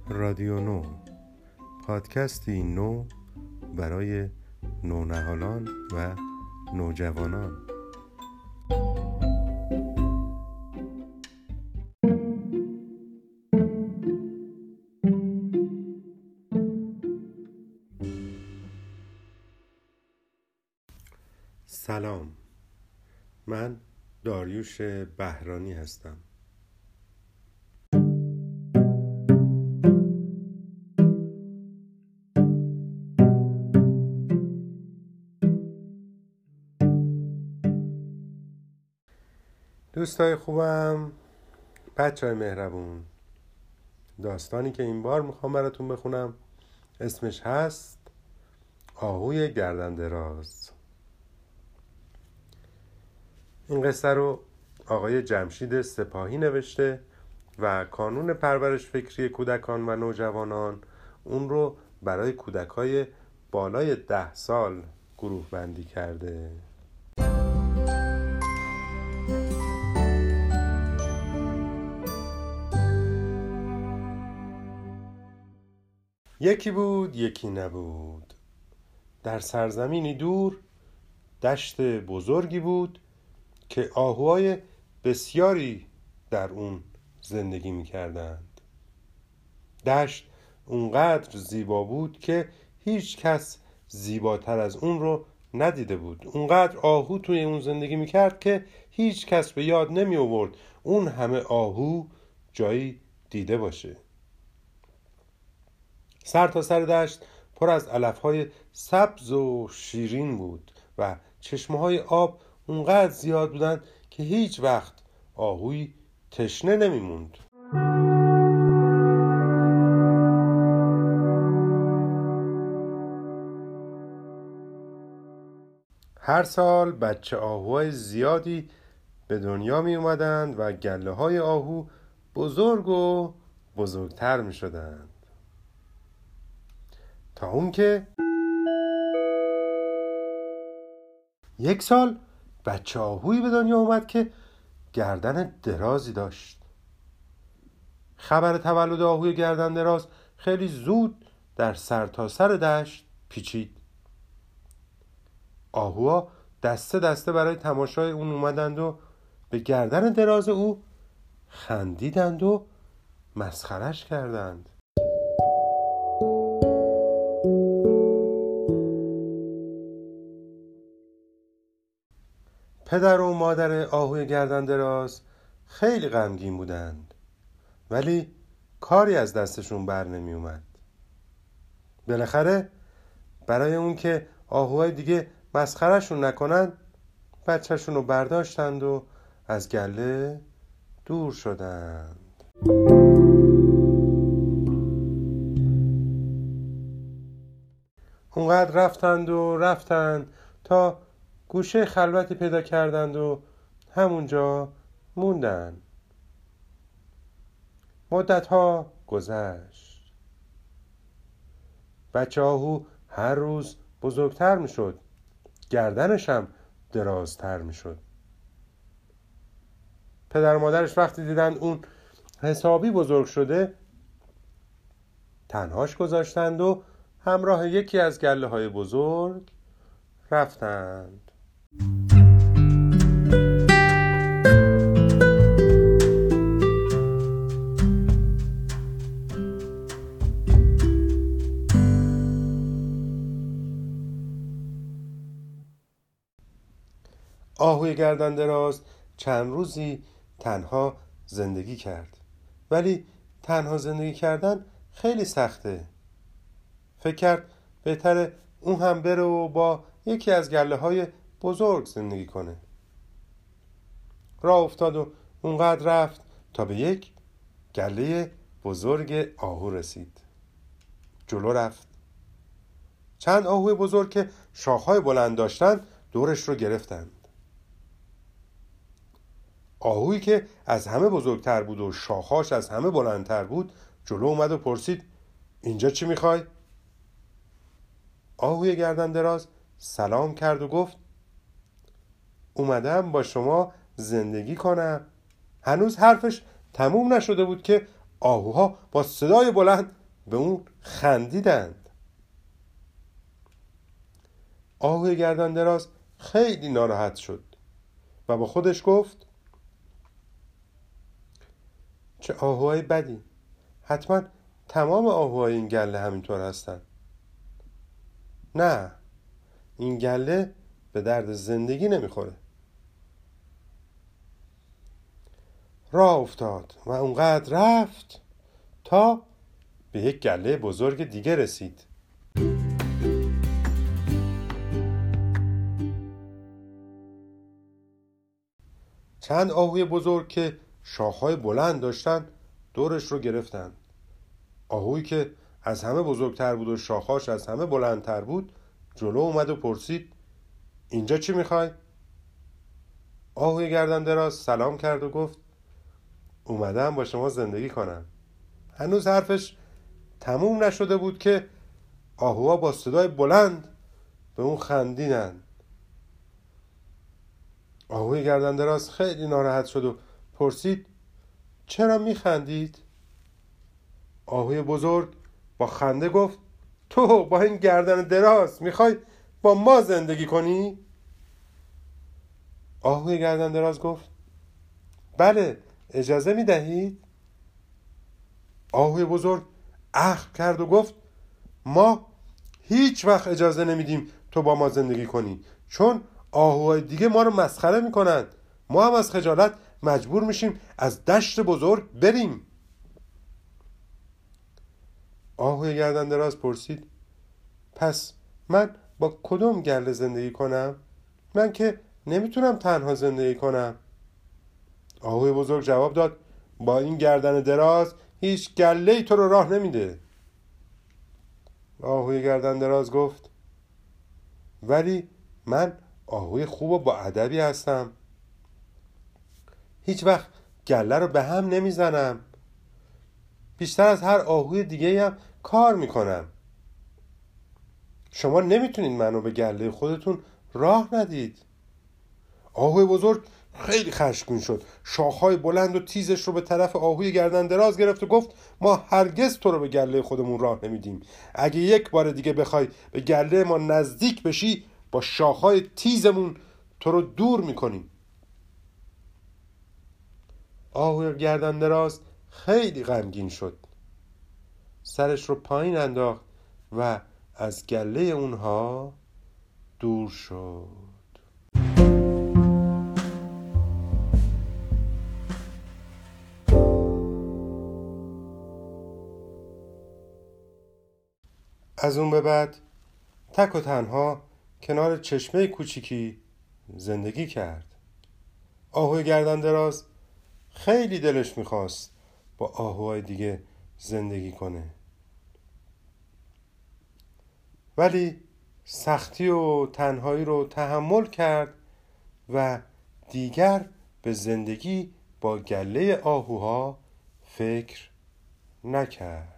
رادیو نو، پادکستی نو برای نونهالان و نوجوانان. سلام، من داریوش بهرانی هستم. دوستای خوبم، بچه‌های مهربون، داستانی که این بار میخوام براتون بخونم اسمش هست آهوی گردن دراز. این قصه رو آقای جمشید سپاهی نوشته و کانون پرورش فکری کودکان و نوجوانان اون رو برای کودکای بالای 10 سال گروه بندی کرده. یکی بود یکی نبود، در سرزمینی دور دشت بزرگی بود که آهوهای بسیاری در اون زندگی می‌کردند. دشت اونقدر زیبا بود که هیچ کس زیباتر از اون رو ندیده بود. اونقدر آهو توی اون زندگی می‌کرد که هیچ کس به یاد نمی آورد اون همه آهو جایی دیده باشه. سر تا سر دشت پر از علف‌های سبز و شیرین بود و چشمه‌های آب اونقدر زیاد بودن که هیچ وقت آهوی تشنه نمی‌موند. هر سال بچه آهوهای زیادی به دنیا می اومدند و گله های آهو بزرگ و بزرگتر می شدند، تا اون که یک سال بچه آهویی به دنیا اومد که گردن درازی داشت. خبر تولد آهوی گردن دراز خیلی زود در سرتاسر دشت پیچید. آهوها دسته دسته برای تماشای اون اومدند و به گردن دراز او خندیدند و مسخرش کردند. پدر و مادر آهوی گردن دراز خیلی غمگین بودند، ولی کاری از دستشون بر نمی اومد. بالاخره برای اون که آهوهای دیگه مسخرشون نکنن، بچهشون رو برداشتند و از گله دور شدند. اونقدر رفتند تا گوشه خلوتی پیدا کردند و همونجا موندن. مدتها گذشت. بچه آهو هر روز بزرگتر می شد، گردنش هم درازتر می شد. پدر و مادرش وقتی دیدند اون حسابی بزرگ شده، تنهاش گذاشتند و همراه یکی از گله های بزرگ رفتند. آهوی گردن دراز چند روزی تنها زندگی کرد، ولی تنها زندگی کردن خیلی سخته. فکر کرد بهتره اون هم بره و با یکی از گله های بزرگ زندگی کنه. راه افتاد و اونقدر رفت تا به یک گله بزرگ آهو رسید. جلو رفت. چند آهوی بزرگ که شاخهای بلند داشتن دورش رو گرفتند. آهویی که از همه بزرگتر بود و شاخهاش از همه بلندتر بود جلو اومد و پرسید اینجا چی میخوای؟ آهوی گردن دراز سلام کرد و گفت اومدم با شما زندگی کنم. هنوز حرفش تموم نشده بود که آهوها با صدای بلند به اون خندیدند. آهوی گردن دراز خیلی ناراحت شد و با خودش گفت چه آهوهای بدی، حتما تمام آهوهای این گله همینطور هستن. نه، این گله به درد زندگی نمیخوره. راه افتاد و اونقدر رفت تا به یک گله بزرگ دیگه رسید. چند آهوی بزرگ که شاخهای بلند داشتن دورش رو گرفتن. آهویی که از همه بزرگتر بود و شاخهاش از همه بلندتر بود جلو اومد و پرسید اینجا چی میخوای؟ آهوی گردن دراز سلام کرد و گفت اومدم با شما زندگی کنم. هنوز حرفش تموم نشده بود که آهوها با صدای بلند به اون خندیدن. آهوی گردن دراز خیلی ناراحت شد و پرسید چرا میخندید؟ آهوی بزرگ با خنده گفت تو با این گردن دراز میخوای با ما زندگی کنی؟ آهوی گردن دراز گفت بله، اجازه میدهید؟ آهوی بزرگ اخم کرد و گفت ما هیچ وقت اجازه نمیدیم تو با ما زندگی کنی، چون آهوهای دیگه ما رو مسخره میکنن. ما هم از خجالت مجبور میشیم از دشت بزرگ بریم. آهوی گردن دراز پرسید پس من با کدوم گله زندگی کنم؟ من که نمیتونم تنها زندگی کنم. آهوی بزرگ جواب داد با این گردن دراز هیچ گله‌ای تو رو راه نمیده. آهوی گردن دراز گفت ولی من آهوی خوب و با ادبی هستم، هیچ وقت گله رو به هم نمیزنم، بیشتر از هر آهوی دیگه هم کار میکنم. شما نمیتونید منو به گله خودتون راه ندید. آهوی بزرگ خیلی خشمگین شد، شاخهای بلند و تیزش رو به طرف آهوی گردن دراز گرفت و گفت ما هرگز تو رو به گله خودمون راه نمیدیم. اگه یک بار دیگه بخوای به گله ما نزدیک بشی با شاخهای تیزمون تو رو دور میکنیم. آهوی گردن دراز خیلی غمگین شد، سرش رو پایین انداخت و از گله اونها دور شد. از اون به بعد تک و تنها کنار چشمه کوچیکی زندگی کرد. آهوی گردن دراز خیلی دلش میخواست با آهوهای دیگه زندگی کنه، ولی سختی و تنهایی رو تحمل کرد و دیگر به زندگی با گله آهوها فکر نکرد.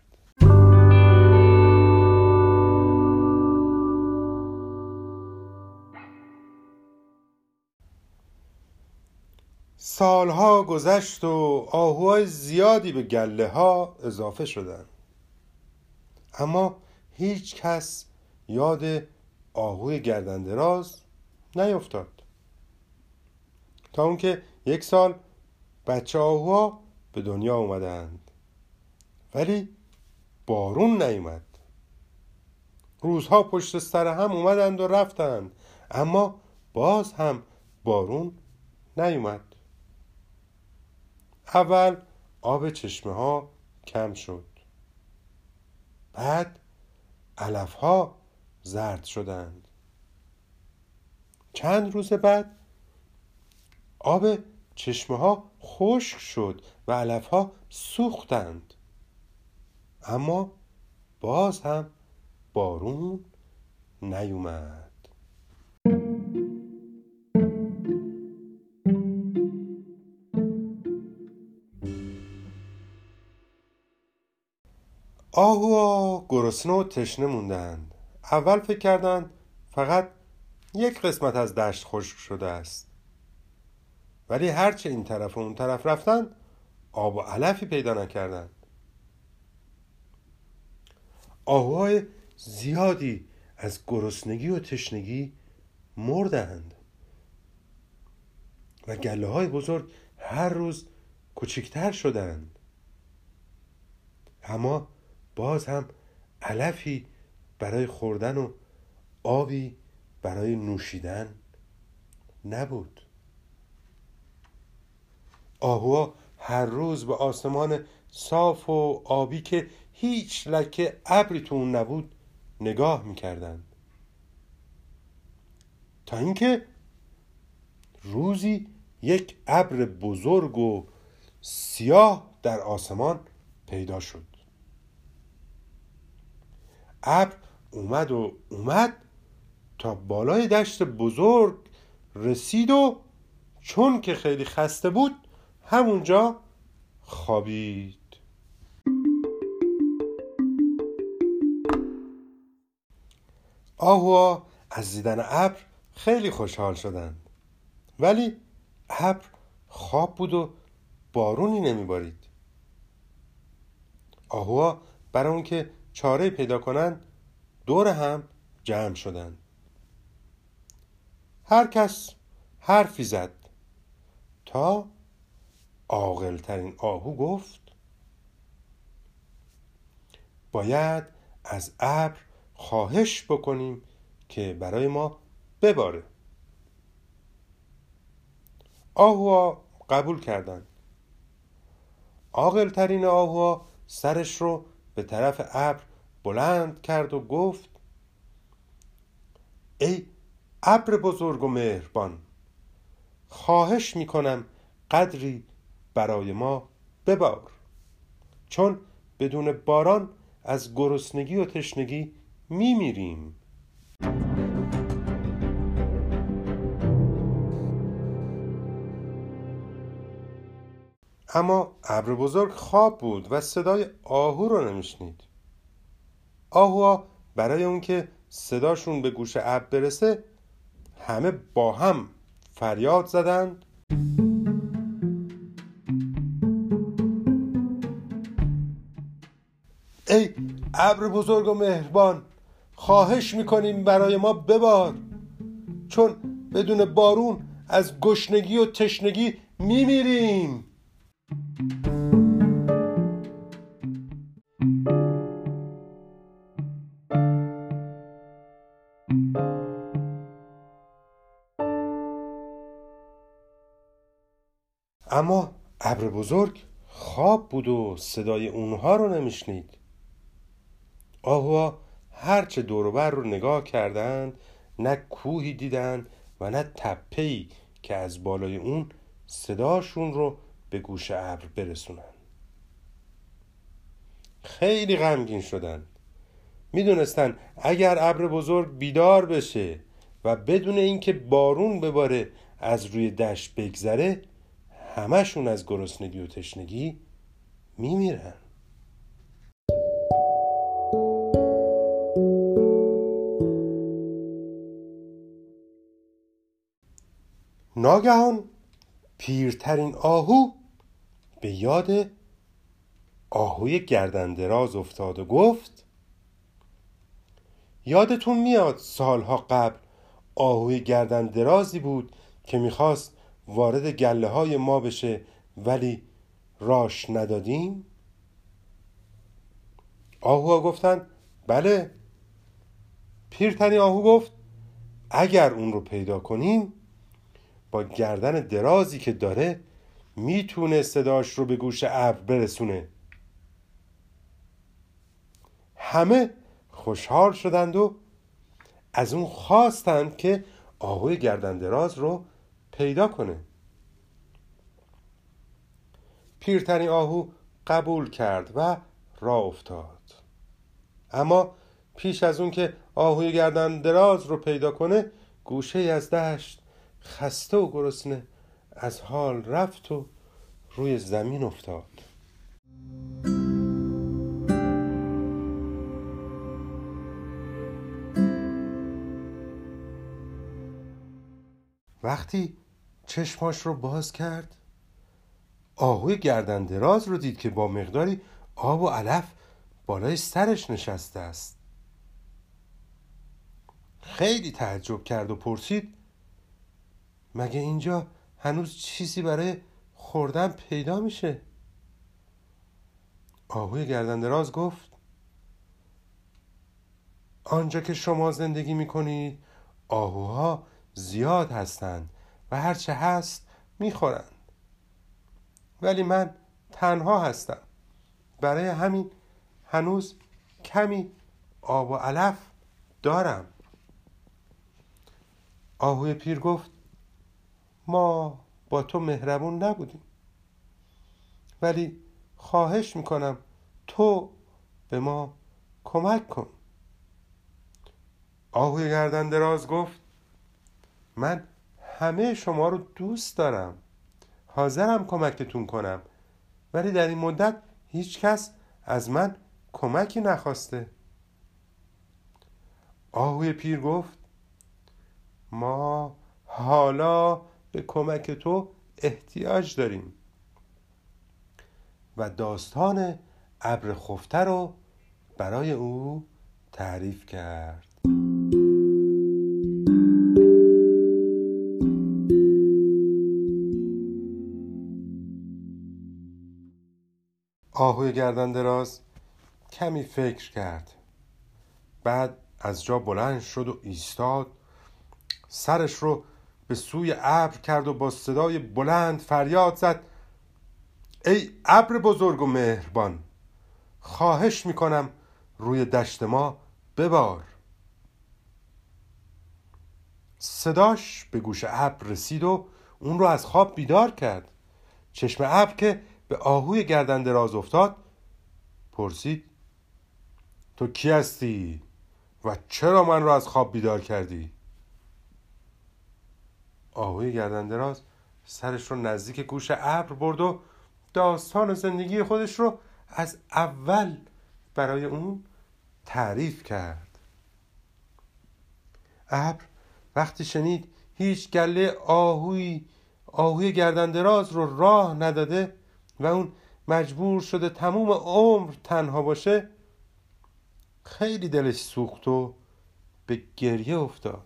سالها گذشت و آهوهای زیادی به گله ها اضافه شدند، اما هیچ کس یاد آهوی گردن دراز نیفتاد. تا اون که یک سال بچه آهوها به دنیا اومدند، ولی بارون نیومد. روزها پشت سر هم اومدند و رفتند، اما باز هم بارون نیومد. اول آب چشمه ها کم شد، بعد علف ها زرد شدند. چند روز بعد آب چشمه ها خشک شد و علف ها سوختند، اما باز هم بارون نیومد. آهوها گرسنه و تشنه موندند. اول فکر کردند فقط یک قسمت از دشت خشک شده است، ولی هرچه این طرف و اون طرف رفتند آب و علفی پیدا نکردند. آهوهای زیادی از گرسنگی و تشنگی مردند و گله های بزرگ هر روز کوچکتر شدند. اما باز هم علفی برای خوردن و آبی برای نوشیدن نبود. آهوها هر روز به آسمان صاف و آبی که هیچ لکه ابری تو اون نبود نگاه میکردند، تا اینکه روزی یک ابر بزرگ و سیاه در آسمان پیدا شد. ابر اومد تا بالای دشت بزرگ رسید و چون که خیلی خسته بود همونجا خوابید. آهوها از دیدن ابر خیلی خوشحال شدند، ولی ابر خواب بود و بارونی نمیبارید. آهوها برای اون که چاره پیدا کنن دور هم جمع شدند. هر کس حرفی زد تا عاقل‌ترین آهو گفت باید از ابر خواهش بکنیم که برای ما بباره. آهوها قبول کردند. عاقل‌ترین آهوها سرش رو به طرف ابر بلند کرد و گفت ای ابر بزرگ و مهربان، خواهش میکنم قدری برای ما ببار، چون بدون باران از گرسنگی و تشنگی میمیریم. اما ابر بزرگ خواب بود و صدای آهو رو نمیشنید. آهوها برای اون که صداشون به گوش ابر برسه همه با هم فریاد زدند ای ابر بزرگ و مهربان، خواهش میکنیم برای ما ببار، چون بدون بارون از گشنگی و تشنگی میمیریم. اما ابر بزرگ خواب بود و صدای اونها رو نمیشنید. آهوها هرچه دور و بر رو نگاه کردند نه کوهی دیدند و نه تپه‌ای که از بالای اون صداشون رو به گوش ابر برسونن. خیلی غمگین شدند. میدونستن اگر ابر بزرگ بیدار بشه و بدون اینکه بارون بباره از روی دشت بگذره همشون از گرسنگی و تشنگی میمیرن. ناگهان پیرترین آهو به یاد آهوی گردن دراز افتاد و گفت یادتون میاد سالها قبل آهوی گردن درازی بود که میخواست وارد گله های ما بشه ولی راش ندادیم؟ آهوها گفتن بله. پیرترین آهو گفت اگر اون رو پیدا کنیم با گردن درازی که داره میتونه صداش رو به گوش ابر برسونه. همه خوشحال شدند و از اون خواستند که آهوی گردن دراز رو پیدا کنه. پیرترین آهو قبول کرد و راه افتاد. اما پیش از اون که آهوی گردن دراز رو پیدا کنه گوشه از دشت خسته و گرسنه از حال رفت و روی زمین افتاد. وقتی چشماش رو باز کرد آهوی گردن دراز رو دید که با مقداری آب و علف بالای سرش نشسته است. خیلی تعجب کرد و پرسید مگه اینجا هنوز چیزی برای خوردن پیدا میشه؟ آهوی گردن دراز گفت آنجا که شما زندگی میکنید آهوها زیاد هستند و هرچه هست میخورند، ولی من تنها هستم، برای همین هنوز کمی آب و علف دارم. آهوی پیر گفت ما با تو مهربون نبودیم، ولی خواهش میکنم تو به ما کمک کن. آهوی گردن دراز گفت من همه شما رو دوست دارم، حاضرم کمکتون کنم، ولی در این مدت هیچ کس از من کمکی نخواسته. آهوی پیر گفت ما حالا به کمک تو احتیاج داریم و داستان ابر خفته رو برای او تعریف کرد. آهوی گردن دراز کمی فکر کرد، بعد از جا بلند شد و ایستاد، سرش رو به سوی ابر کرد و با صدای بلند فریاد زد ای ابر بزرگ و مهربان، خواهش میکنم روی دشت ما ببار. صداش به گوش ابر رسید و اون رو از خواب بیدار کرد. چشم ابر که به آهوی گردن دراز افتاد پرسید تو کی هستی و چرا من رو از خواب بیدار کردی؟ آهوی گردن دراز سرش رو نزدیک گوش ابر برد و داستان زندگی خودش رو از اول برای اون تعریف کرد. ابر وقتی شنید هیچ گله آهوی گردن دراز رو راه نداده و اون مجبور شده تموم عمر تنها باشه، خیلی دلش سوخت و به گریه افتاد.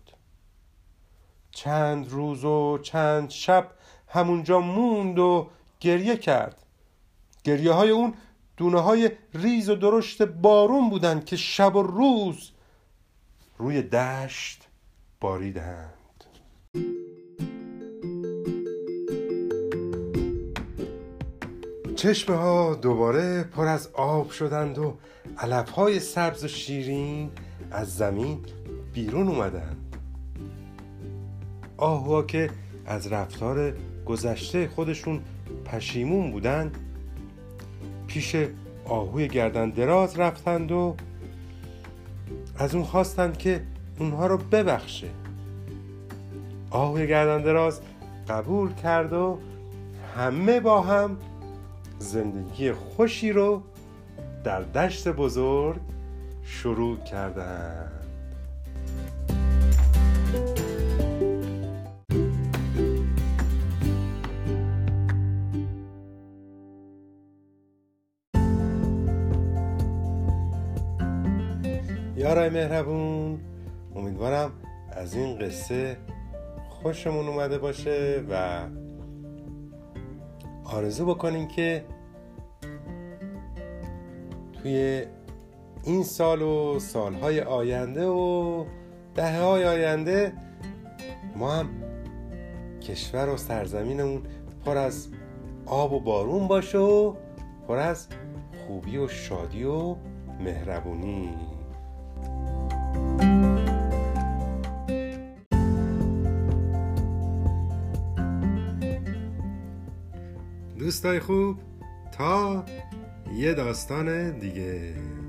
چند روز و چند شب همونجا موند و گریه کرد. گریه های اون دونه های ریز و درشت بارون بودند که شب و روز روی دشت باریدند. چشمه ها دوباره پر از آب شدند و علف های سبز و شیرین از زمین بیرون اومدند. آهوها که از رفتار گذشته خودشون پشیمون بودند پیش آهوی گردن دراز رفتند و از اون خواستند که اونها رو ببخشه. آهوی گردن دراز قبول کرد و همه با هم زندگی خوشی رو در دشت بزرگ شروع کردند. یارای مهربون، امیدوارم از این قصه خوشمون اومده باشه و آرزو بکنیم که توی این سال و سالهای آینده و دهه‌های آینده ما هم کشور و سرزمینمون پر از آب و بارون باشه و پر از خوبی و شادی و مهربونی. دوستای خوب، تا یه داستان دیگه.